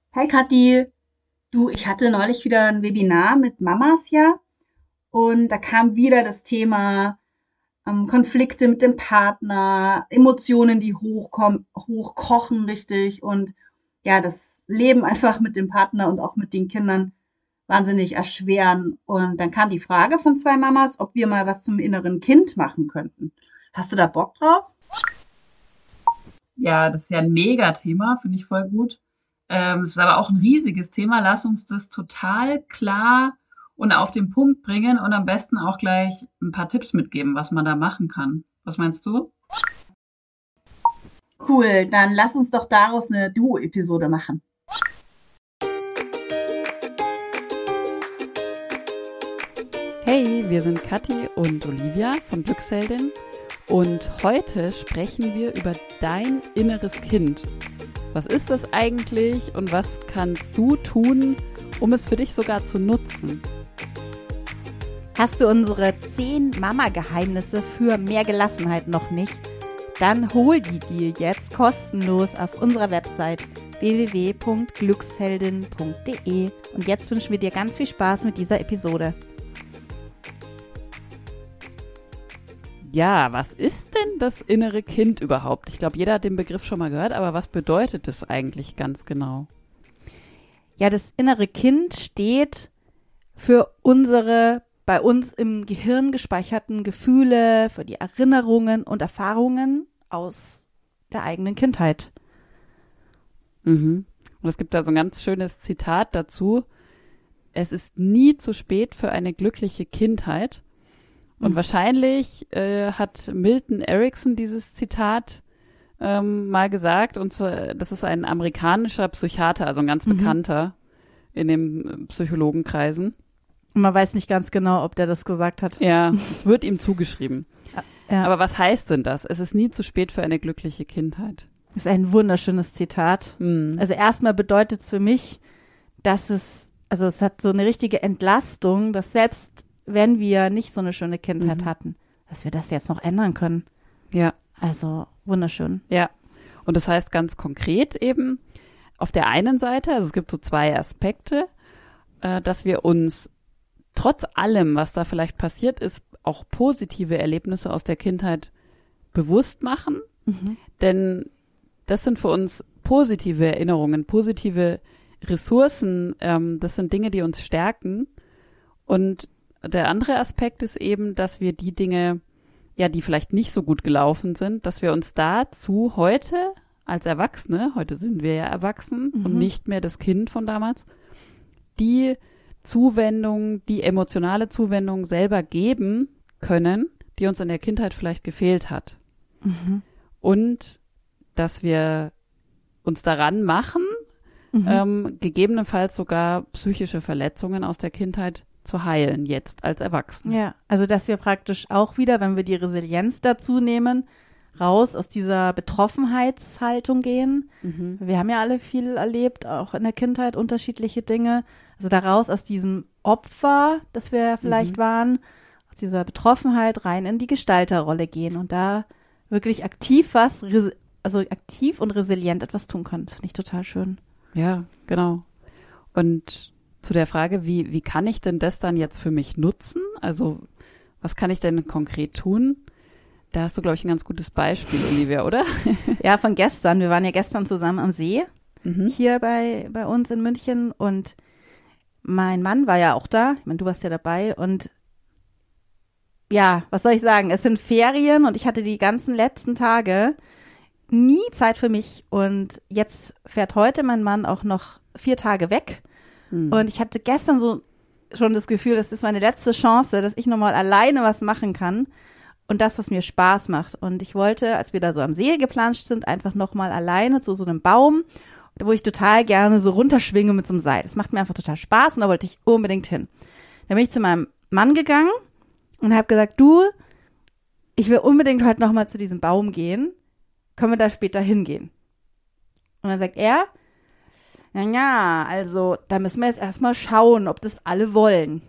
Hi Kathi, du, ich hatte neulich wieder ein Webinar mit Mamas ja und da kam wieder das Thema Konflikte mit dem Partner, Emotionen, die hochkommen, hochkochen richtig und ja, das Leben einfach mit dem Partner und auch mit den Kindern wahnsinnig erschweren. Und dann kam die Frage von zwei Mamas, ob wir mal was zum inneren Kind machen könnten. Hast du da Bock drauf? Ja, das ist ja ein Megathema, finde ich voll gut. Es ist aber auch ein riesiges Thema. Lass uns das total klar und auf den Punkt bringen und am besten auch gleich ein paar Tipps mitgeben, was man da machen kann. Was meinst du? Cool, dann lass uns doch daraus eine Duo-Episode machen. Hey, wir sind Kathi und Olivia von Glücksheldin und heute sprechen wir über dein inneres Kind. Was ist das eigentlich und was kannst du tun, um es für dich sogar zu nutzen? Hast du unsere 10 Mama-Geheimnisse für mehr Gelassenheit noch nicht? Dann hol die dir jetzt kostenlos auf unserer Website www.glücksheldin.de. Und jetzt wünschen wir dir ganz viel Spaß mit dieser Episode. Ja, was ist denn das innere Kind überhaupt? Ich glaube, jeder hat den Begriff schon mal gehört, aber was bedeutet das eigentlich ganz genau? Ja, das innere Kind steht für unsere bei uns im Gehirn gespeicherten Gefühle, für die Erinnerungen und Erfahrungen aus der eigenen Kindheit. Mhm. Und es gibt da so ein ganz schönes Zitat dazu. Es ist nie zu spät für eine glückliche Kindheit. Und wahrscheinlich hat Milton Erickson dieses Zitat mal gesagt. Und zwar, das ist ein amerikanischer Psychiater, also ein ganz bekannter in den Psychologenkreisen. Und man weiß nicht ganz genau, ob der das gesagt hat. Ja, es wird ihm zugeschrieben. Ja. Aber was heißt denn das? Es ist nie zu spät für eine glückliche Kindheit. Das ist ein wunderschönes Zitat. Also erstmal bedeutet es für mich, dass es hat so eine richtige Entlastung, dass selbst wenn wir nicht so eine schöne Kindheit hatten, dass wir das jetzt noch ändern können. Ja. Also wunderschön. Ja. Und das heißt ganz konkret eben, auf der einen Seite, also es gibt so zwei Aspekte, dass wir uns trotz allem, was da vielleicht passiert ist, auch positive Erlebnisse aus der Kindheit bewusst machen. Denn das sind für uns positive Erinnerungen, positive Ressourcen. Das sind Dinge, die uns stärken. Und der andere Aspekt ist eben, dass wir die Dinge, ja, die vielleicht nicht so gut gelaufen sind, dass wir uns dazu heute als Erwachsene, heute sind wir ja erwachsen und nicht mehr das Kind von damals, die Zuwendung, die emotionale Zuwendung selber geben können, die uns in der Kindheit vielleicht gefehlt hat. Und dass wir uns daran machen, gegebenenfalls sogar psychische Verletzungen aus der Kindheit zu heilen, jetzt als Erwachsene. Ja, also dass wir praktisch auch wieder, wenn wir die Resilienz dazu nehmen, raus aus dieser Betroffenheitshaltung gehen. Wir haben ja alle viel erlebt, auch in der Kindheit unterschiedliche Dinge. Also da raus aus diesem Opfer, das wir vielleicht waren, aus dieser Betroffenheit rein in die Gestalterrolle gehen und da wirklich aktiv aktiv und resilient etwas tun können. Das finde ich total schön. Ja, genau. Und zu der Frage, wie kann ich denn das dann jetzt für mich nutzen? Also was kann ich denn konkret tun? Da hast du, glaube ich, ein ganz gutes Beispiel, Olivia, oder? Ja, von gestern. Wir waren ja gestern zusammen am See, hier bei uns in München und mein Mann war ja auch da. Ich meine, du warst ja dabei und ja, was soll ich sagen? Es sind Ferien und ich hatte die ganzen letzten Tage nie Zeit für mich und jetzt fährt heute mein Mann auch noch 4 Tage weg und ich hatte gestern so schon das Gefühl, das ist meine letzte Chance, dass ich nochmal alleine was machen kann und das, was mir Spaß macht. Und ich wollte, als wir da so am See geplanscht sind, einfach nochmal alleine zu so einem Baum, wo ich total gerne so runterschwinge mit so einem Seil. Das macht mir einfach total Spaß und da wollte ich unbedingt hin. Dann bin ich zu meinem Mann gegangen und habe gesagt, du, ich will unbedingt heute nochmal zu diesem Baum gehen. Können wir da später hingehen? Und dann sagt er, ja, also da müssen wir jetzt erstmal schauen, ob das alle wollen.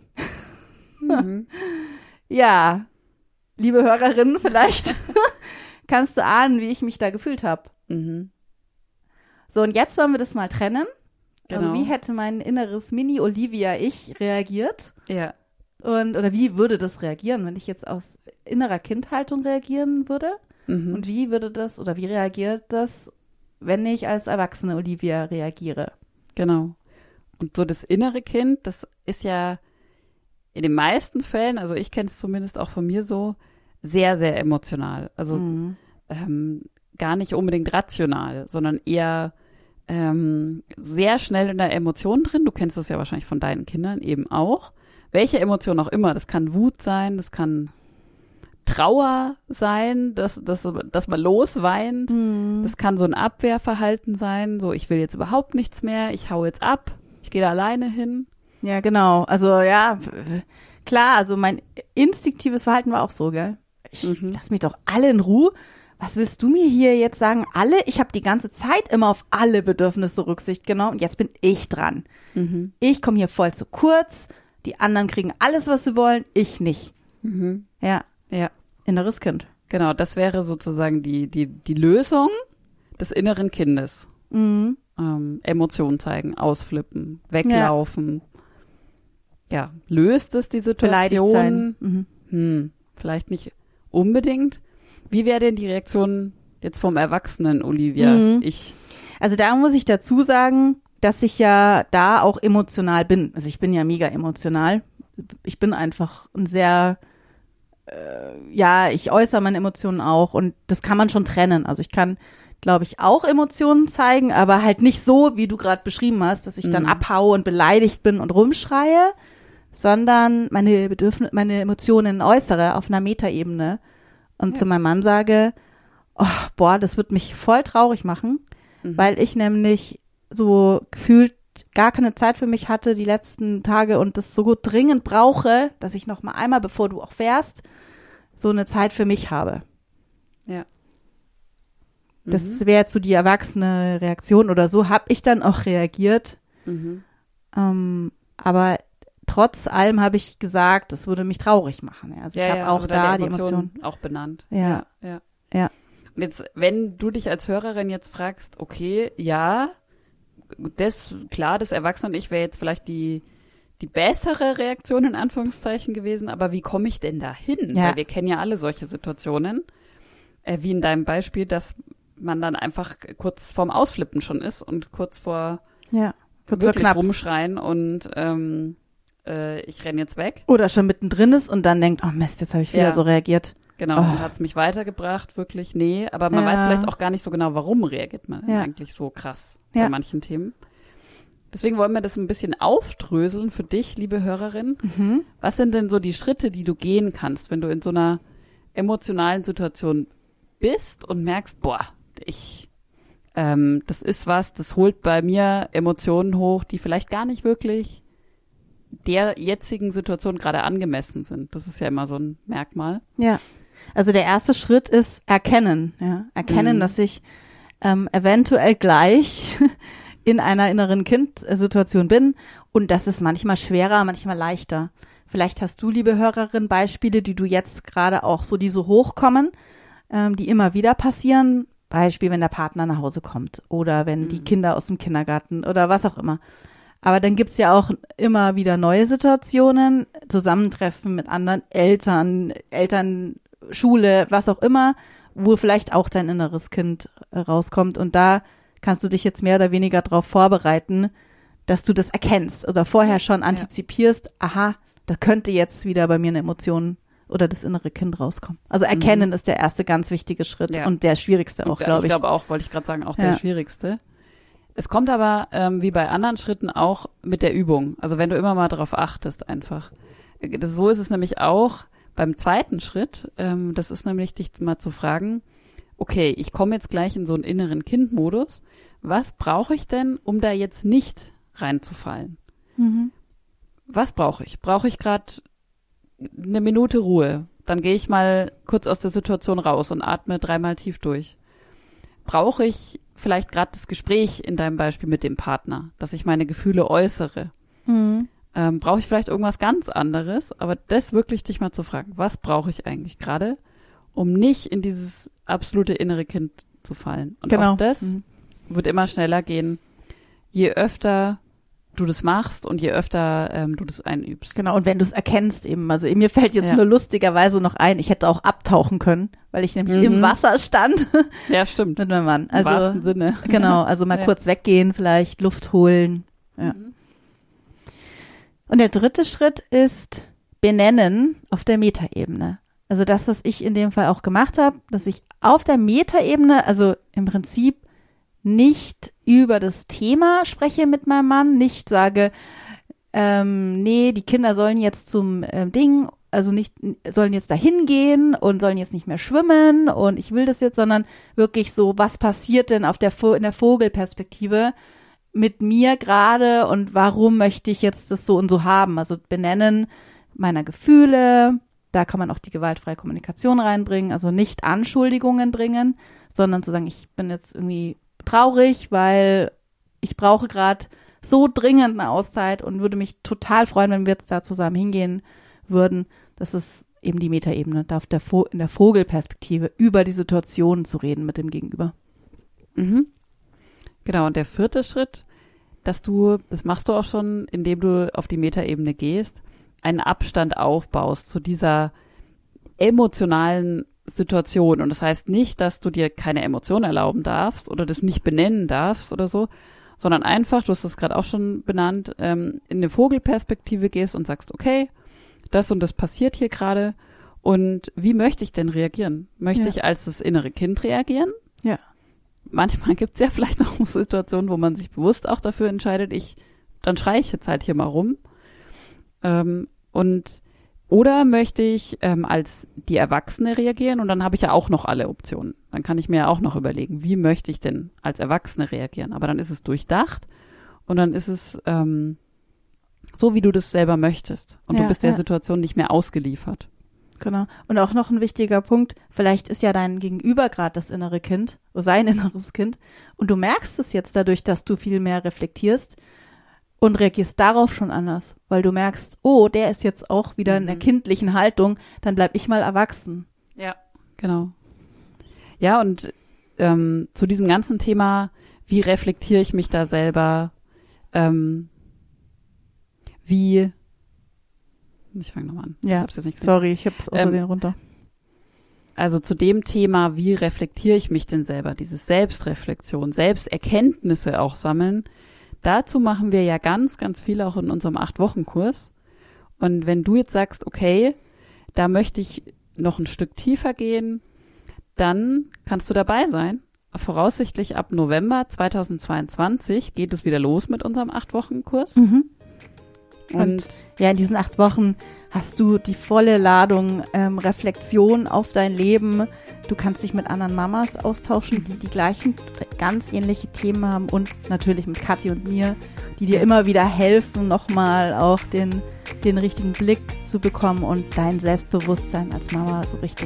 Ja, liebe Hörerinnen, vielleicht kannst du ahnen, wie ich mich da gefühlt habe. So, und jetzt wollen wir das mal trennen. Genau. Also wie hätte mein inneres Mini-Olivia-Ich reagiert? Ja. Oder wie würde das reagieren, wenn ich jetzt aus innerer Kindhaltung reagieren würde? Mhm. Und wie reagiert das, wenn ich als erwachsene Olivia reagiere? Genau. Und so das innere Kind, das ist ja in den meisten Fällen, also ich kenne es zumindest auch von mir so, sehr, sehr emotional. Also gar nicht unbedingt rational, sondern eher sehr schnell in der Emotion drin. Du kennst das ja wahrscheinlich von deinen Kindern eben auch. Welche Emotion auch immer. Das kann Wut sein, das kann Trauer sein, dass man losweint. Das kann so ein Abwehrverhalten sein, so ich will jetzt überhaupt nichts mehr, ich hau jetzt ab, ich gehe da alleine hin. Ja, genau. Also ja, klar, also mein instinktives Verhalten war auch so, gell? Lass mich doch alle in Ruhe. Was willst du mir hier jetzt sagen? Alle? Ich habe die ganze Zeit immer auf alle Bedürfnisse Rücksicht genommen. Jetzt bin ich dran. Ich komme hier voll zu kurz. Die anderen kriegen alles, was sie wollen. Ich nicht. Ja. Inneres Kind. Genau, das wäre sozusagen die Lösung des inneren Kindes. Emotionen zeigen, ausflippen, weglaufen. Ja, löst es die Situation? Beleidigt sein. Vielleicht nicht unbedingt. Wie wäre denn die Reaktion jetzt vom Erwachsenen, Olivia? Also da muss ich dazu sagen, dass ich ja da auch emotional bin. Also ich bin ja mega emotional. Ich bin einfach ein sehr, ich äußere meine Emotionen auch und das kann man schon trennen. Also ich kann, glaube ich, auch Emotionen zeigen, aber halt nicht so, wie du gerade beschrieben hast, dass ich dann abhaue und beleidigt bin und rumschreie, sondern meine Emotionen äußere auf einer Metaebene und zu meinem Mann sage, das wird mich voll traurig machen, weil ich nämlich so gefühlt gar keine Zeit für mich hatte die letzten Tage und das so gut dringend brauche, dass ich noch mal einmal, bevor du auch fährst, so eine Zeit für mich habe. Ja. Das wäre jetzt so die erwachsene Reaktion oder so, habe ich dann auch reagiert. Aber trotz allem habe ich gesagt, das würde mich traurig machen. Also ich habe auch da die Emotionen auch benannt. Ja. Und jetzt, wenn du dich als Hörerin jetzt fragst, okay, ja, das Erwachsenen-Ich wäre jetzt vielleicht die bessere Reaktion in Anführungszeichen gewesen, aber wie komme ich denn da hin? Ja. Weil wir kennen ja alle solche Situationen, wie in deinem Beispiel, dass man dann einfach kurz vorm Ausflippen schon ist und kurz vor wirklich rumschreien und ich renne jetzt weg. Oder schon mittendrin ist und dann denkt, oh Mist, jetzt habe ich wieder so reagiert. Genau, und hat es mich weitergebracht, wirklich? Nee, aber man weiß vielleicht auch gar nicht so genau, warum reagiert man eigentlich so krass bei manchen Themen. Deswegen wollen wir das ein bisschen aufdröseln für dich, liebe Hörerin. Was sind denn so die Schritte, die du gehen kannst, wenn du in so einer emotionalen Situation bist und merkst, das ist was, das holt bei mir Emotionen hoch, die vielleicht gar nicht wirklich der jetzigen Situation gerade angemessen sind. Das ist ja immer so ein Merkmal. Ja, also der erste Schritt ist erkennen. Ja? Erkennen, dass ich eventuell gleich in einer inneren Kind-Situation bin und das ist manchmal schwerer, manchmal leichter. Vielleicht hast du, liebe Hörerin, Beispiele, die du jetzt gerade auch so, die so hochkommen, die immer wieder passieren. Beispiel, wenn der Partner nach Hause kommt oder wenn die Kinder aus dem Kindergarten oder was auch immer. Aber dann gibt's ja auch immer wieder neue Situationen, Zusammentreffen mit anderen Eltern, Schule, was auch immer, wo vielleicht auch dein inneres Kind rauskommt. Und da kannst du dich jetzt mehr oder weniger darauf vorbereiten, dass du das erkennst oder vorher schon antizipierst, aha, da könnte jetzt wieder bei mir eine Emotion oder das innere Kind rauskommen. Also erkennen ist der erste ganz wichtige Schritt und der schwierigste auch, glaube ich. Ich glaube auch, wollte ich gerade sagen, auch der schwierigste. Es kommt aber, wie bei anderen Schritten, auch mit der Übung. Also wenn du immer mal darauf achtest einfach. So ist es nämlich auch beim zweiten Schritt. Das ist nämlich, dich mal zu fragen, okay, ich komme jetzt gleich in so einen inneren Kind-Modus. Was brauche ich denn, um da jetzt nicht reinzufallen? Was brauche ich? Brauche ich gerade eine Minute Ruhe? Dann gehe ich mal kurz aus der Situation raus und atme 3-mal tief durch. Brauche ich vielleicht gerade das Gespräch in deinem Beispiel mit dem Partner, dass ich meine Gefühle äußere? Brauche ich vielleicht irgendwas ganz anderes? Aber das wirklich dich mal zu fragen, was brauche ich eigentlich gerade, um nicht in dieses absolute innere Kind zu fallen? Und auch das wird immer schneller gehen, je öfter du das machst und je öfter du das einübst. Genau, und wenn du es erkennst eben, also mir fällt jetzt nur lustigerweise noch ein, ich hätte auch abtauchen können, weil ich nämlich im Wasser stand. Ja, stimmt. Mit meinem Mann. Also, im wahrsten Sinne. Genau, also mal kurz weggehen, vielleicht Luft holen. Ja. Und der dritte Schritt ist benennen auf der Metaebene. Also das, was ich in dem Fall auch gemacht habe, dass ich auf der Metaebene, also im Prinzip nicht über das Thema spreche mit meinem Mann, nicht sage, nee, die Kinder sollen jetzt zum Ding, also nicht, sollen jetzt dahin gehen und sollen jetzt nicht mehr schwimmen und ich will das jetzt, sondern wirklich so, was passiert denn in der Vogelperspektive mit mir gerade und warum möchte ich jetzt das so und so haben? Also benennen meiner Gefühle, da kann man auch die gewaltfreie Kommunikation reinbringen, also nicht Anschuldigungen bringen, sondern zu sagen, ich bin jetzt irgendwie traurig, weil ich brauche gerade so dringend eine Auszeit und würde mich total freuen, wenn wir jetzt da zusammen hingehen würden. Das ist eben die Metaebene, da in der Vogelperspektive über die Situation zu reden mit dem Gegenüber. Mhm. Genau, und der vierte Schritt, das machst du auch schon, indem du auf die Metaebene gehst, einen Abstand aufbaust zu dieser emotionalen Situation. Und das heißt nicht, dass du dir keine Emotion erlauben darfst oder das nicht benennen darfst oder so, sondern einfach, du hast das gerade auch schon benannt, in eine Vogelperspektive gehst und sagst, okay, das und das passiert hier gerade und wie möchte ich denn reagieren? Möchte ich als das innere Kind reagieren? Ja. Manchmal gibt es ja vielleicht noch Situationen, wo man sich bewusst auch dafür entscheidet, dann schreie ich jetzt halt hier mal rum. Oder möchte ich als die Erwachsene reagieren und dann habe ich ja auch noch alle Optionen. Dann kann ich mir ja auch noch überlegen, wie möchte ich denn als Erwachsene reagieren? Aber dann ist es durchdacht und dann ist es so, wie du das selber möchtest. Und du bist der Situation nicht mehr ausgeliefert. Genau. Und auch noch ein wichtiger Punkt, vielleicht ist ja dein Gegenüber gerade das innere Kind, oder sein inneres Kind, und du merkst es jetzt dadurch, dass du viel mehr reflektierst und reagierst darauf schon anders, weil du merkst, oh, der ist jetzt auch wieder in der kindlichen Haltung, dann bleib ich mal erwachsen. Ja, genau. Ja, und zu diesem ganzen Thema, wie reflektiere ich mich da selber, ich fange nochmal an. Ja, ich hab's jetzt nicht gesehen. Sorry, ich hab's aus Versehen runter. Also zu dem Thema, wie reflektiere ich mich denn selber, diese Selbstreflexion, Selbsterkenntnisse auch sammeln, dazu machen wir ja ganz, ganz viel auch in unserem 8-Wochen-Kurs. Und wenn du jetzt sagst, okay, da möchte ich noch ein Stück tiefer gehen, dann kannst du dabei sein. Voraussichtlich ab November 2022 geht es wieder los mit unserem 8-Wochen-Kurs. Mhm. Und ja, in diesen 8 Wochen hast du die volle Ladung Reflexion auf dein Leben. Du kannst dich mit anderen Mamas austauschen, die gleichen, ganz ähnliche Themen haben und natürlich mit Kathi und mir, die dir immer wieder helfen, nochmal auch den richtigen Blick zu bekommen und dein Selbstbewusstsein als Mama so richtig,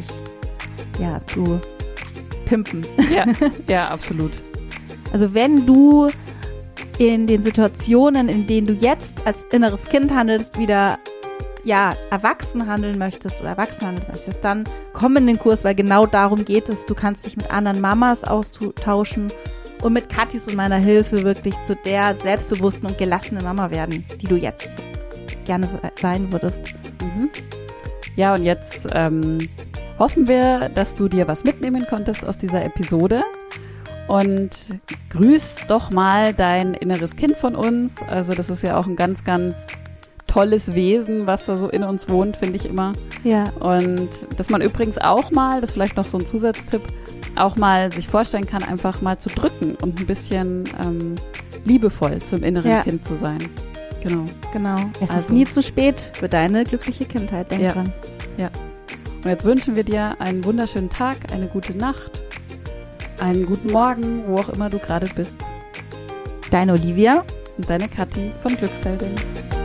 zu pimpen. Ja, absolut. Also wenn du in den Situationen, in denen du jetzt als inneres Kind handelst, wieder erwachsen handeln möchtest oder erwachsen handeln möchtest, dann komm in den Kurs, weil genau darum geht es. Du kannst dich mit anderen Mamas austauschen und mit Kathis und meiner Hilfe wirklich zu der selbstbewussten und gelassenen Mama werden, die du jetzt gerne sein würdest. Mhm. Ja, und jetzt hoffen wir, dass du dir was mitnehmen konntest aus dieser Episode. Und grüß doch mal dein inneres Kind von uns. Also das ist ja auch ein ganz, ganz tolles Wesen, was da so in uns wohnt, finde ich immer. Ja. Und dass man übrigens auch mal, das ist vielleicht noch so ein Zusatztipp, auch mal sich vorstellen kann, einfach mal zu drücken und ein bisschen liebevoll zum inneren Kind zu sein. Genau. Es ist nie zu spät für deine glückliche Kindheit. Denk dran. Ja. Und jetzt wünschen wir dir einen wunderschönen Tag, eine gute Nacht. Einen guten Morgen, wo auch immer du gerade bist. Deine Olivia und deine Kathi von Glücksheldin.